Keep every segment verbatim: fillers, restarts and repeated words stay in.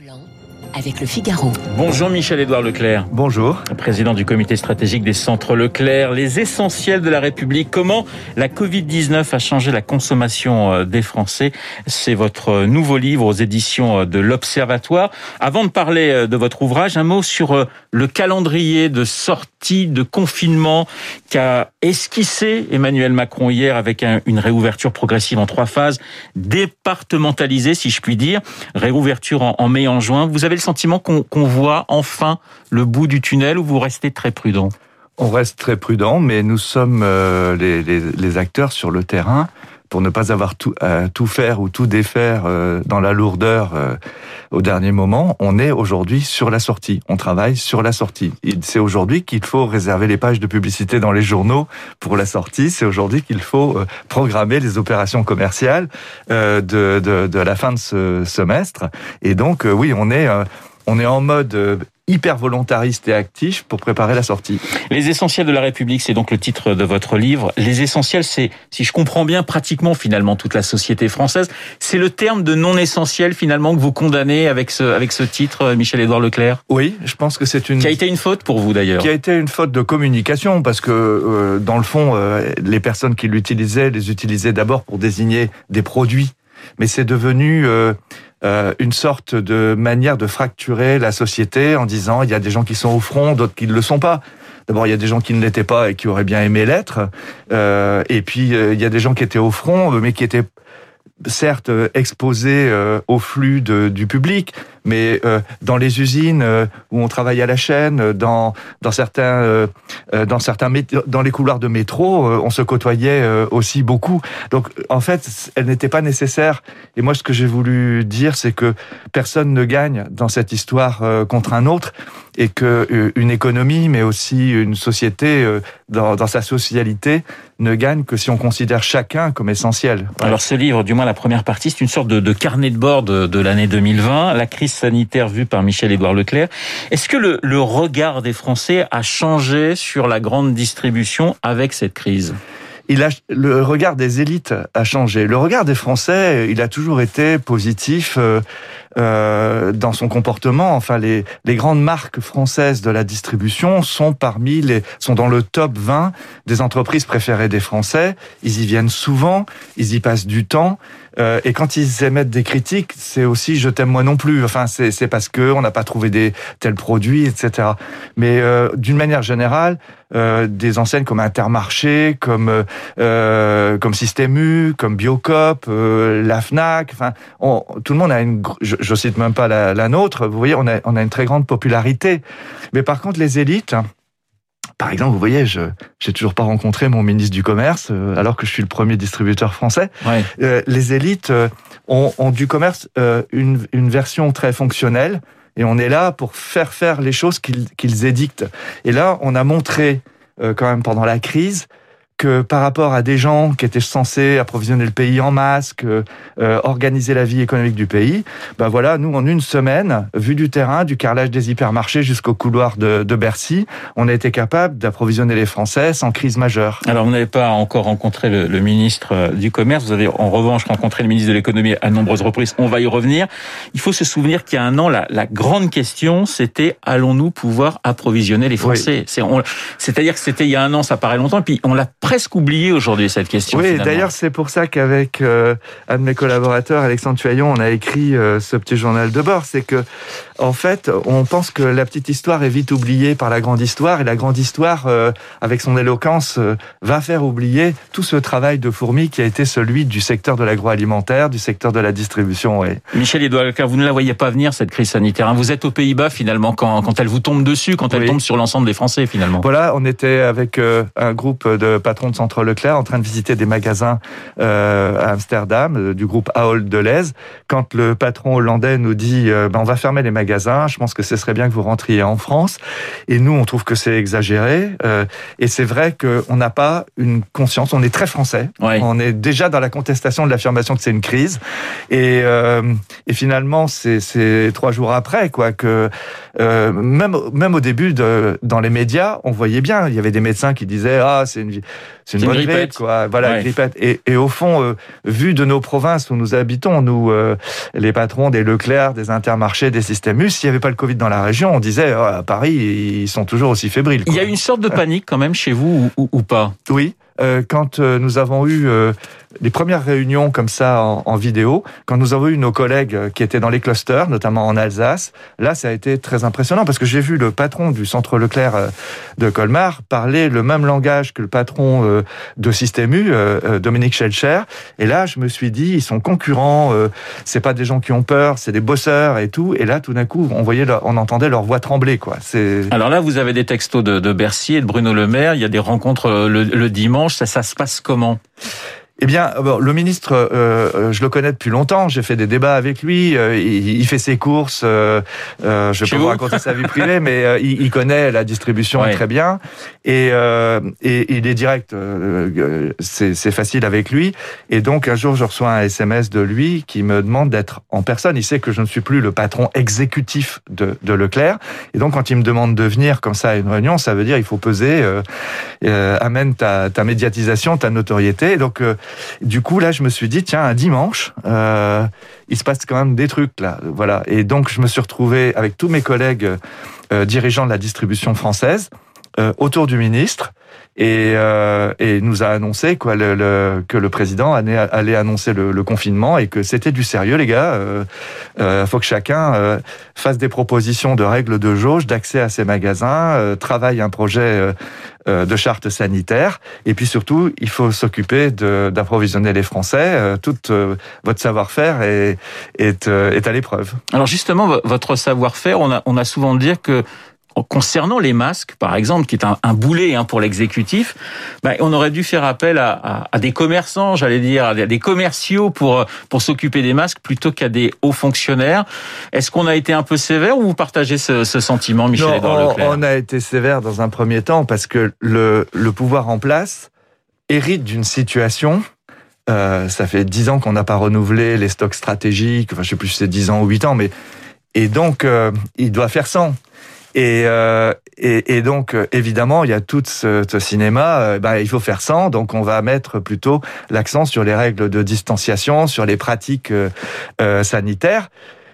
Plan avec Le Figaro. Bonjour Michel-Édouard Leclerc. Bonjour. Président du comité stratégique des centres Leclerc. Les essentiels de la République. Comment la covid dix-neuf a changé la consommation des Français? C'est votre nouveau livre aux éditions de l'Observatoire. Avant de parler de votre ouvrage, un mot sur le calendrier de sortie de confinement qu'a esquissé Emmanuel Macron hier avec un, une réouverture progressive en trois phases, départementalisée si je puis dire. Réouverture en, en mai, en juin. Vous avez le sentiment qu'on, qu'on voit enfin le bout du tunnel ou vous restez très prudent? On reste très prudent, mais nous sommes euh, les, les, les acteurs sur le terrain pour ne pas avoir tout, euh, tout faire ou tout défaire euh, dans la lourdeur euh, au dernier moment. On est aujourd'hui sur la sortie. On travaille sur la sortie. Et c'est aujourd'hui qu'il faut réserver les pages de publicité dans les journaux pour la sortie. C'est aujourd'hui qu'il faut euh, programmer les opérations commerciales euh, de, de, de la fin de ce semestre. Et donc, euh, oui, on est, euh, on est en mode euh, hyper volontariste et actif pour préparer la sortie. Les essentiels de la République, c'est donc le titre de votre livre. Les essentiels, c'est, si je comprends bien, pratiquement finalement toute la société française. C'est le terme de non essentiel finalement que vous condamnez avec ce, avec ce titre, Michel-Édouard Leclerc? Oui, je pense que c'est une... Qui a été une faute pour vous d'ailleurs? Qui a été une faute de communication parce que euh, dans le fond, euh, les personnes qui l'utilisaient, les utilisaient d'abord pour désigner des produits. Mais c'est devenu... Euh, Euh, une sorte de manière de fracturer la société en disant il y a des gens qui sont au front, d'autres qui ne le sont pas. D'abord, il y a des gens qui ne l'étaient pas et qui auraient bien aimé l'être. Euh, et puis, euh, il y a des gens qui étaient au front, mais qui étaient certes exposés euh, au flux de, du public, mais euh, dans les usines euh, où on travaille à la chaîne, dans dans certains euh, dans certains mét- dans les couloirs de métro, euh, on se côtoyait euh, aussi beaucoup. Donc en fait, elle n'était pas nécessaire. Et moi, ce que j'ai voulu dire, c'est que personne ne gagne dans cette histoire euh, contre un autre, et que euh, une économie, mais aussi une société euh, dans, dans sa socialité, ne gagne que si on considère chacun comme essentiel. Ouais. Alors ce livre, du moins la première partie, c'est une sorte de, de carnet de bord de, de l'année deux mille vingt, la crise sanitaire vue par Michel-Édouard Leclerc. Est-ce que le, le regard des Français a changé sur la grande distribution avec cette crise ? Il a, le regard des élites a changé. Le regard des Français, il a toujours été positif euh, euh, dans son comportement. Enfin, les, les grandes marques françaises de la distribution sont parmi les, sont dans le top vingt des entreprises préférées des Français. Ils y viennent souvent, ils y passent du temps. Euh, et quand ils émettent des critiques, c'est aussi je t'aime moi non plus. Enfin, c'est, c'est parce que on n'a pas trouvé des tels produits, et cetera. Mais euh, d'une manière générale, euh, des enseignes comme Intermarché, comme euh, comme Système U, comme Biocoop, euh, la Fnac, enfin, on, tout le monde a une. Je, je cite même pas la, la nôtre. Vous voyez, on a on a une très grande popularité. Mais par contre, les élites. Par exemple, vous voyez, je j'ai toujours pas rencontré mon ministre du Commerce, euh, alors que je suis le premier distributeur français. Ouais. Euh, les élites euh, ont, ont du commerce euh, une, une version très fonctionnelle, et on est là pour faire faire les choses qu'ils, qu'ils édictent. Et là, on a montré euh, quand même pendant la crise que par rapport à des gens qui étaient censés approvisionner le pays en masques, euh, euh, organiser la vie économique du pays, ben voilà, nous en une semaine, vu du terrain, du carrelage des hypermarchés jusqu'au couloir de, de Bercy, on a été capable d'approvisionner les Français sans crise majeure. Alors vous n'avez pas encore rencontré le, le ministre du Commerce, vous avez en revanche rencontré le ministre de l'Économie à nombreuses reprises, on va y revenir. Il faut se souvenir qu'il y a un an, la, la grande question, c'était allons-nous pouvoir approvisionner les Français? Oui. C'est, on, c'est-à-dire que c'était il y a un an, ça paraît longtemps, et puis on l'a presque oublié aujourd'hui cette question. Oui, finalement. D'ailleurs c'est pour ça qu'avec euh, un de mes collaborateurs, Alexandre Tuaillon, on a écrit euh, ce petit journal de bord. C'est que en fait, on pense que la petite histoire est vite oubliée par la grande histoire, et la grande histoire, euh, avec son éloquence, euh, va faire oublier tout ce travail de fourmi qui a été celui du secteur de l'agroalimentaire, du secteur de la distribution. Oui. Michel-Édouard Leclerc, vous ne la voyez pas venir cette crise sanitaire. Hein. Vous êtes aux Pays-Bas finalement quand, quand elle vous tombe dessus, quand elle oui. tombe sur l'ensemble des Français finalement. Voilà, on était avec euh, un groupe de patrons de centre Leclerc en train de visiter des magasins euh, à Amsterdam euh, du groupe Ahold Delhaize. Quand le patron hollandais nous dit euh, ben, on va fermer les magasins, je pense que ce serait bien que vous rentriez en France. Et nous, on trouve que c'est exagéré. Euh, et c'est vrai qu'on n'a pas une conscience. On est très français. Ouais. On est déjà dans la contestation de l'affirmation que c'est une crise. Et, euh, et finalement, c'est, c'est trois jours après, quoi, que euh, même même au début de dans les médias, on voyait bien. Il y avait des médecins qui disaient ah c'est une c'est une, c'est bonne une grippette, grippe, quoi. Voilà, ouais. une grippette. Et, et au fond, euh, vu de nos provinces où nous habitons, nous, euh, les patrons des Leclerc, des Intermarchés, des Système U, s'il n'y avait pas le Covid dans la région, on disait, oh, à Paris, ils sont toujours aussi fébriles, quoi. Il y a une sorte de panique quand même chez vous ou, ou, ou pas? Oui. Euh, quand euh, nous avons eu euh, les premières réunions comme ça en, en vidéo, quand nous avons eu nos collègues euh, qui étaient dans les clusters, notamment en Alsace, là ça a été très impressionnant parce que j'ai vu le patron du centre Leclerc euh, de Colmar parler le même langage que le patron euh, de Système U, euh, euh, Dominique Schelcher, et là je me suis dit, ils sont concurrents, euh, c'est pas des gens qui ont peur, c'est des bosseurs et tout, et là tout d'un coup on voyait, leur, on entendait leur voix trembler, quoi. C'est... Alors là vous avez des textos de, de Bercy et de Bruno Le Maire, il y a des rencontres le, le dimanche. Ça, ça se passe comment? Eh bien, le ministre, euh, je le connais depuis longtemps. J'ai fait des débats avec lui. Euh, il, il fait ses courses. Euh, euh, je vais pas vous raconter sa vie privée, mais euh, il, il connaît la distribution ouais. très bien. Et, euh, et il est direct. Euh, c'est, c'est facile avec lui. Et donc, un jour, je reçois un S M S de lui qui me demande d'être en personne. Il sait que je ne suis plus le patron exécutif de, de Leclerc. Et donc, quand il me demande de venir comme ça à une réunion, ça veut dire il faut peser. Euh, euh, amène ta, ta médiatisation, ta notoriété. Et donc euh, du coup, là, je me suis dit, tiens, un dimanche, euh, il se passe quand même des trucs, là. Voilà. Et donc, je me suis retrouvé avec tous mes collègues euh, dirigeants de la distribution française euh, autour du ministre. Et, euh, et nous a annoncé quoi, le, le, que le président allait, allait annoncer le, le confinement et que c'était du sérieux, les gars. Euh, euh, faut que chacun euh, fasse des propositions de règles de jauge, d'accès à ces magasins, euh, travaille un projet euh, euh, de charte sanitaire. Et puis surtout, il faut s'occuper de, d'approvisionner les Français. Euh, tout euh, votre savoir-faire est, est, euh, est à l'épreuve. Alors justement, votre savoir-faire, on a, on a souvent dit que concernant les masques, par exemple, qui est un, un boulet hein, pour l'exécutif, ben, on aurait dû faire appel à, à, à des commerçants, j'allais dire, à des commerciaux pour pour s'occuper des masques plutôt qu'à des hauts fonctionnaires. Est-ce qu'on a été un peu sévère ou vous partagez ce, ce sentiment, Michel-Édouard Leclerc ? On a été sévère dans un premier temps parce que le, le pouvoir en place hérite d'une situation. Euh, ça fait dix ans qu'on n'a pas renouvelé les stocks stratégiques. Enfin, je sais plus si c'est dix ans ou huit ans, mais et donc euh, il doit faire cent. Et, euh, et, et donc, évidemment, il y a tout ce, ce cinéma, euh, ben, il faut faire sans, donc on va mettre plutôt l'accent sur les règles de distanciation, sur les pratiques euh, euh, sanitaires.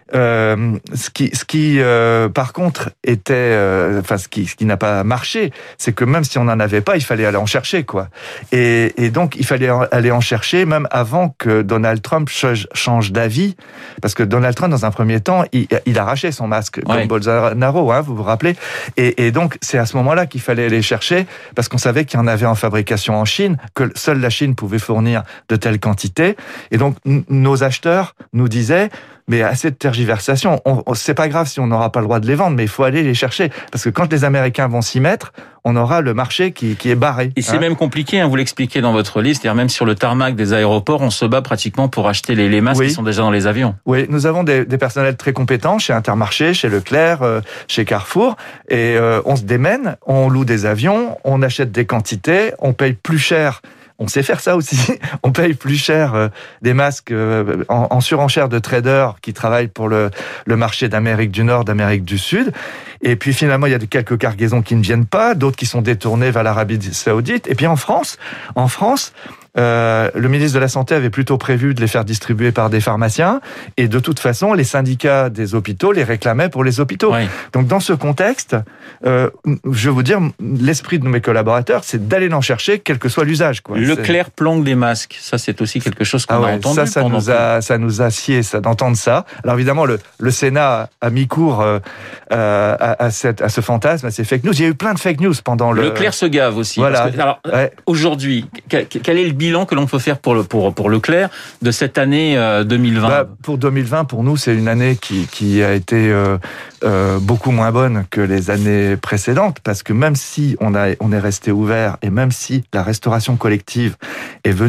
Euh, ce qui, ce qui euh, par contre, était, euh, enfin, ce qui, ce qui n'a pas marché, c'est que même si on n'en avait pas, il fallait aller en chercher, quoi. Et, et donc, il fallait aller en chercher même avant que Donald Trump change d'avis, parce que Donald Trump, dans un premier temps, il, il arrachait son masque, ouais. comme Bolsonaro, hein, vous vous rappelez. Et, et donc, c'est à ce moment-là qu'il fallait aller chercher, parce qu'on savait qu'il y en avait en fabrication en Chine, que seule la Chine pouvait fournir de telles quantités. Et donc, n- nos acheteurs nous disaient, mais assez de tergiversation. On, on, c'est pas grave si on n'aura pas le droit de les vendre, mais il faut aller les chercher. Parce que quand les Américains vont s'y mettre, on aura le marché qui, qui est barré. Et c'est hein. même compliqué, hein, vous l'expliquez dans votre livre, c'est-à-dire même sur le tarmac des aéroports, on se bat pratiquement pour acheter les, les masques oui. qui sont déjà dans les avions. Oui, nous avons des, des personnels très compétents chez Intermarché, chez Leclerc, euh, chez Carrefour, et euh, on se démène, on loue des avions, on achète des quantités, on paye plus cher. On sait faire ça aussi. On paye plus cher euh, des masques euh, en, en surenchère de traders qui travaillent pour le, le marché d'Amérique du Nord, d'Amérique du Sud. Et puis finalement, il y a quelques cargaisons qui ne viennent pas, d'autres qui sont détournées vers l'Arabie Saoudite. Et puis en France, en France, euh, le ministre de la Santé avait plutôt prévu de les faire distribuer par des pharmaciens. Et de toute façon, les syndicats des hôpitaux les réclamaient pour les hôpitaux. Oui. Donc dans ce contexte, euh, je vais vous dire, l'esprit de mes collaborateurs, c'est d'aller en chercher, quel que soit l'usage, quoi. Leclerc planque des masques. Ça, c'est aussi quelque chose qu'on ah ouais, a entendu. Ça, ça nous a, ça nous a scié, ça, d'entendre ça. Alors évidemment, le, le Sénat a mis court euh, à, à, cette, à ce fantasme, à ces fake news. Il y a eu plein de fake news pendant le... Leclerc se gave aussi. Voilà. Parce que, alors, ouais. Aujourd'hui, quel, quel est le bilan que l'on peut faire pour, le, pour, pour Leclerc de cette année euh, deux mille vingt? Bah, pour deux mille vingt, pour nous, c'est une année qui, qui a été euh, euh, beaucoup moins bonne que les années précédentes, parce que même si on, a, on est resté ouvert et même si la restauration collective est venue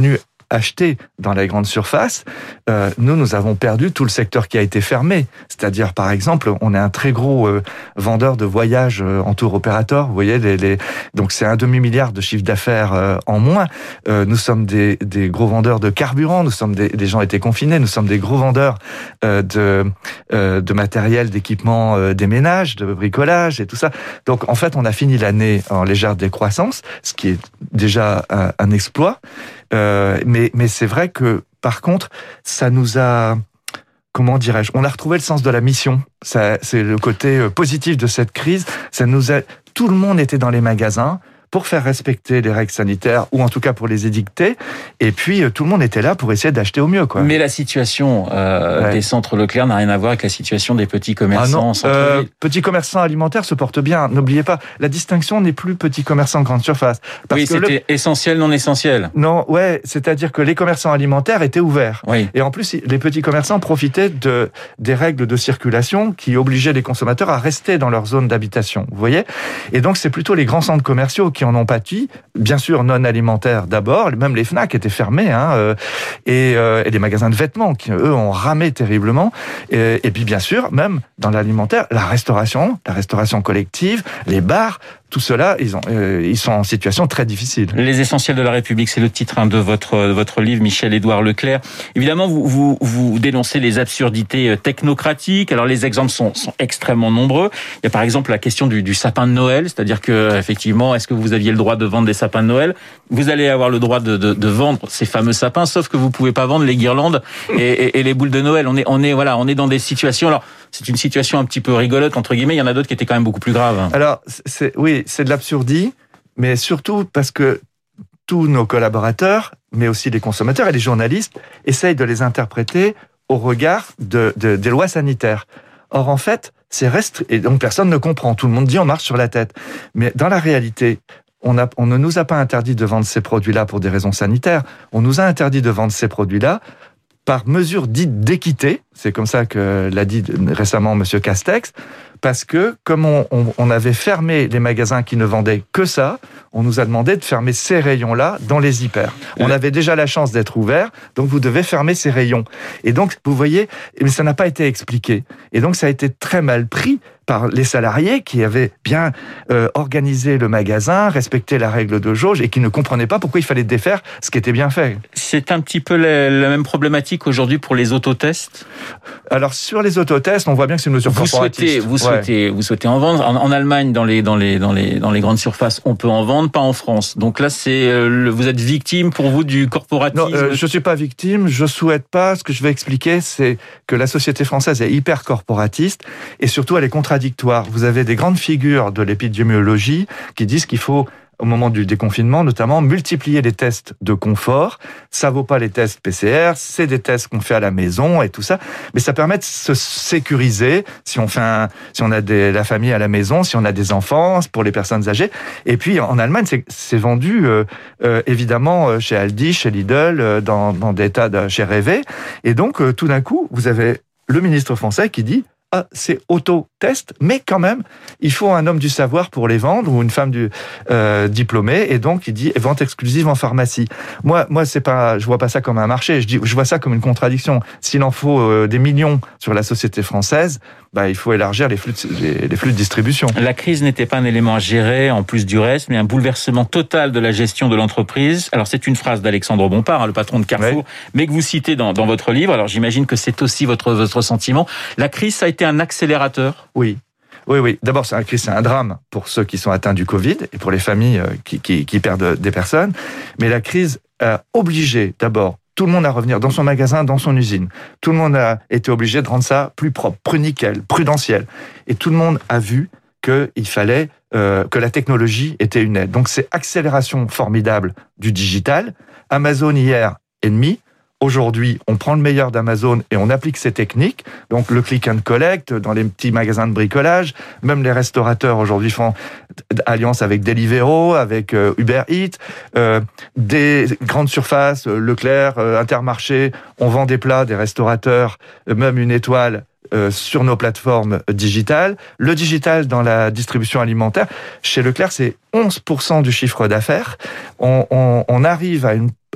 acheter dans les grandes surfaces, euh, nous, nous avons perdu tout le secteur qui a été fermé. C'est-à-dire, par exemple, on est un très gros euh, vendeur de voyages euh, en tour opérateur. Vous voyez, les, les... donc c'est un demi-milliard de chiffre d'affaires euh, en moins. Euh, nous sommes des, des gros vendeurs de carburant. Nous sommes des, des gens étaient confinés. Nous sommes des gros vendeurs euh, de euh, de matériel, d'équipement, euh, des ménages, de bricolage et tout ça. Donc, en fait, on a fini l'année en légère décroissance, ce qui est déjà un, un exploit. Euh, mais, mais c'est vrai que, par contre, ça nous a... Comment dirais-je ? On a retrouvé le sens de la mission. Ça, c'est le côté positif de cette crise. Ça nous a... Tout le monde était dans les magasins pour faire respecter les règles sanitaires, ou en tout cas pour les édicter. Et puis, tout le monde était là pour essayer d'acheter au mieux, quoi. Mais la situation euh, ouais. des centres Leclerc n'a rien à voir avec la situation des petits commerçants. Ah non, euh, petits commerçants alimentaires se portent bien. N'oubliez pas, la distinction n'est plus petits commerçants grande surface. Parce oui, que c'était le... essentiel, non essentiel. Non, ouais, c'est-à-dire que les commerçants alimentaires étaient ouverts. Oui. Et en plus, les petits commerçants profitaient de des règles de circulation qui obligeaient les consommateurs à rester dans leur zone d'habitation. Vous voyez ? Et donc, c'est plutôt les grands centres commerciaux qui en ont pâti, bien sûr non alimentaires d'abord, même les Fnac étaient fermés, hein, euh, et, euh, et les magasins de vêtements qui, eux, ont ramé terriblement, et, et puis bien sûr, même dans l'alimentaire, la restauration, la restauration collective, les bars, tout cela, ils, ont, euh, ils sont en situation très difficile. Les essentiels de la République, c'est le titre hein, de votre de votre livre, Michel-Édouard Leclerc. Évidemment, vous, vous vous dénoncez les absurdités technocratiques. Alors les exemples sont, sont extrêmement nombreux. Il y a par exemple la question du, du sapin de Noël, c'est-à-dire que effectivement, est-ce que vous aviez le droit de vendre des sapins de Noël ? Vous allez avoir le droit de, de, de vendre ces fameux sapins, sauf que vous pouvez pas vendre les guirlandes et, et, et les boules de Noël. On est on est voilà, on est dans des situations. Alors c'est une situation un petit peu rigolote entre guillemets. Il y en a d'autres qui étaient quand même beaucoup plus graves. Alors c'est oui. C'est de l'absurdie, mais surtout parce que tous nos collaborateurs, mais aussi les consommateurs et les journalistes, essayent de les interpréter au regard de, de, des lois sanitaires. Or, en fait, c'est restri... et donc personne ne comprend. Tout le monde dit on marche sur la tête. Mais dans la réalité, on, a, on ne nous a pas interdit de vendre ces produits-là pour des raisons sanitaires. On nous a interdit de vendre ces produits-là par mesure dite d'équité. C'est comme ça que l'a dit récemment Monsieur Castex. Parce que, comme on, on, on avait fermé les magasins qui ne vendaient que ça, on nous a demandé de fermer ces rayons-là dans les hyper. On ouais. avait déjà la chance d'être ouverts, donc vous devez fermer ces rayons. Et donc, vous voyez, mais ça n'a pas été expliqué. Et donc, ça a été très mal pris par les salariés qui avaient bien euh, organisé le magasin, respecté la règle de jauge et qui ne comprenaient pas pourquoi il fallait défaire ce qui était bien fait. C'est un petit peu la, la même problématique aujourd'hui pour les autotests ? Alors, sur les autotests, on voit bien que c'est une mesure vous corporatiste. Souhaitez, vous, ouais. souhaitez, vous souhaitez en vendre. En, en Allemagne, dans les, dans, les, dans, les, dans les grandes surfaces, on peut en vendre, pas en France. Donc là, c'est euh, vous êtes victime pour vous du corporatisme ? Non, euh, je ne suis pas victime, je souhaite pas. Ce que je vais expliquer, c'est que la société française est hyper corporatiste et surtout elle est contradictoire. Vous avez des grandes figures de l'épidémiologie qui disent qu'il faut, au moment du déconfinement notamment, multiplier les tests de confort. Ça vaut pas les tests P C R, c'est des tests qu'on fait à la maison et tout ça. Mais ça permet de se sécuriser si on fait un, si on a des, la famille à la maison, si on a des enfants, pour les personnes âgées. Et puis en Allemagne, c'est, c'est vendu euh, euh, évidemment chez Aldi, chez Lidl, euh, dans, dans des tas de, chez Révé. Et donc euh, tout d'un coup, vous avez le ministre français qui dit ah, c'est auto-test, mais quand même, il faut un homme du savoir pour les vendre ou une femme du euh, diplômée, et donc il dit vente exclusive en pharmacie. Moi, moi, c'est pas, je vois pas ça comme un marché. Je dis, je vois ça comme une contradiction. S'il en faut euh, des millions sur la société française, bah, il faut élargir les flux, de, les, les flux de distribution. La crise n'était pas un élément à gérer en plus du reste, mais un bouleversement total de la gestion de l'entreprise. Alors c'est une phrase d'Alexandre Bompard, hein, le patron de Carrefour, ouais. mais que vous citez dans, dans votre livre. Alors j'imagine que c'est aussi votre votre sentiment. La crise, ça a été un accélérateur. Oui. Oui, oui. D'abord, c'est un, c'est un drame pour ceux qui sont atteints du Covid et pour les familles qui, qui, qui perdent des personnes. Mais la crise a obligé d'abord tout le monde à revenir dans son magasin, dans son usine. Tout le monde a été obligé de rendre ça plus propre, plus nickel, prudentiel. Et tout le monde a vu qu'il fallait euh, que la technologie était une aide. Donc, c'est accélération formidable du digital. Amazon hier, ennemi. Aujourd'hui, on prend le meilleur d'Amazon et on applique ces techniques. Donc, le click and collect dans les petits magasins de bricolage. Même les restaurateurs aujourd'hui font alliance avec Deliveroo, avec euh, Uber Eats. Euh, des grandes surfaces, Leclerc, euh, Intermarché, on vend des plats, des restaurateurs, euh, même une étoile euh, sur nos plateformes digitales. Le digital dans la distribution alimentaire, chez Leclerc, c'est onze pour cent du chiffre d'affaires. On, on, on arrive à une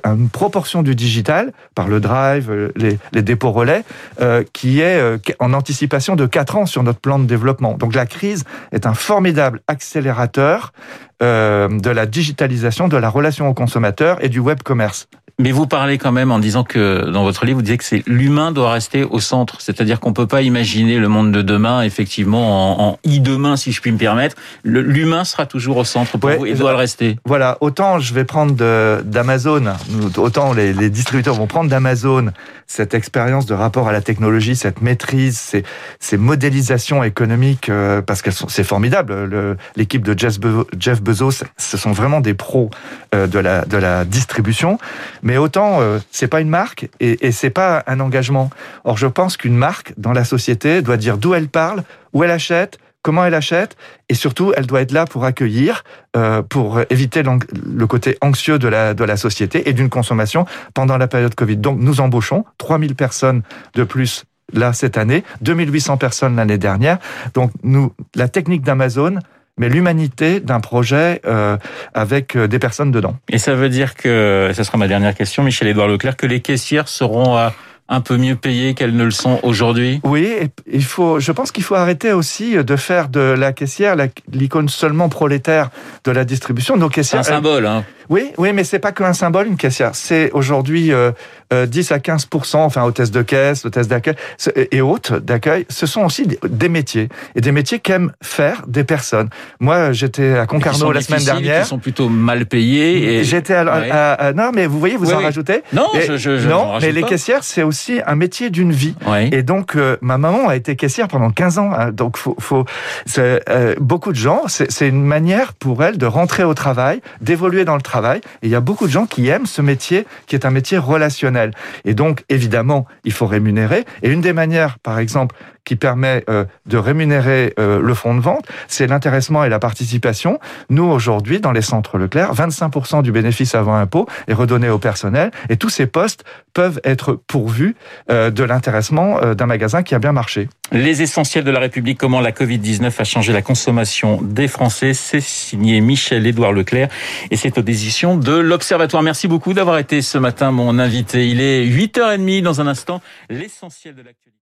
une proportion du digital, par le drive, les, les dépôts relais, euh, qui est euh, en anticipation de quatre ans sur notre plan de développement. Donc la crise est un formidable accélérateur euh, de la digitalisation, de la relation au consommateur et du web commerce. Mais vous parlez quand même en disant que, dans votre livre, vous disiez que c'est l'humain doit rester au centre. C'est-à-dire qu'on peut pas imaginer le monde de demain, effectivement, en, en e-demain, si je puis me permettre. Le, l'humain sera toujours au centre pour ouais, vous et doit le rester. Voilà. Autant je vais prendre de, d'Amazon, autant les, les distributeurs vont prendre d'Amazon cette expérience de rapport à la technologie, cette maîtrise, ces, ces modélisations économiques, euh, parce qu'elles sont, c'est formidable. Le, l'équipe de Jeff, Be- Jeff Bezos, ce sont vraiment des pros euh, de la, de la distribution. Mais autant, euh, c'est pas une marque et, et c'est pas un engagement. Or, je pense qu'une marque dans la société doit dire d'où elle parle, où elle achète, comment elle achète, et surtout, elle doit être là pour accueillir, euh, pour éviter le côté anxieux de la de la société et d'une consommation pendant la période Covid. Donc, nous embauchons trois mille personnes de plus là cette année, deux mille huit cents personnes l'année dernière. Donc, nous, la technique d'Amazon, mais l'humanité d'un projet euh, avec des personnes dedans. Et ça veut dire que, ce sera ma dernière question, Michel-Édouard Leclerc, que les caissières seront euh, un peu mieux payées qu'elles ne le sont aujourd'hui ? Oui, et il faut, je pense qu'il faut arrêter aussi de faire de la caissière la, l'icône seulement prolétaire de la distribution. Nos caissières, c'est un symbole, hein. Oui, oui, mais c'est pas qu'un symbole, une caissière. C'est aujourd'hui euh, euh, dix à quinze pour cent, enfin, hôtesse de caisse, hôtesse d'accueil et autres d'accueil. Ce sont aussi des métiers. Et des métiers qu'aiment faire des personnes. Moi, j'étais à Concarneau la semaine dernière. Qui sont plutôt mal payés. Et... J'étais à, ouais. à, à, non, mais vous voyez, vous oui, en oui. rajoutez. Non, et, je, je, je non, mais les pas. caissières, c'est aussi un métier d'une vie. Oui. Et donc, euh, ma maman a été caissière pendant quinze ans. Hein, donc, faut, faut, c'est, euh, beaucoup de gens, c'est, c'est une manière pour elles de rentrer au travail, d'évoluer dans le travail. Et il y a beaucoup de gens qui aiment ce métier, qui est un métier relationnel. Et donc, évidemment, il faut rémunérer. Et une des manières, par exemple, qui permet euh, de rémunérer euh, le fonds de vente, c'est l'intéressement et la participation. Nous, aujourd'hui, dans les centres Leclerc, vingt-cinq pour cent du bénéfice avant impôt est redonné au personnel. Et tous ces postes peuvent être pourvus euh, de l'intéressement euh, d'un magasin qui a bien marché. Les essentiels de la République, comment la covid dix-neuf a changé la consommation des Français. C'est signé Michel-Édouard Leclerc et c'est aux éditions de l'Observatoire. Merci beaucoup d'avoir été ce matin mon invité. Il est huit heures trente dans un instant, l'essentiel de l'actualité.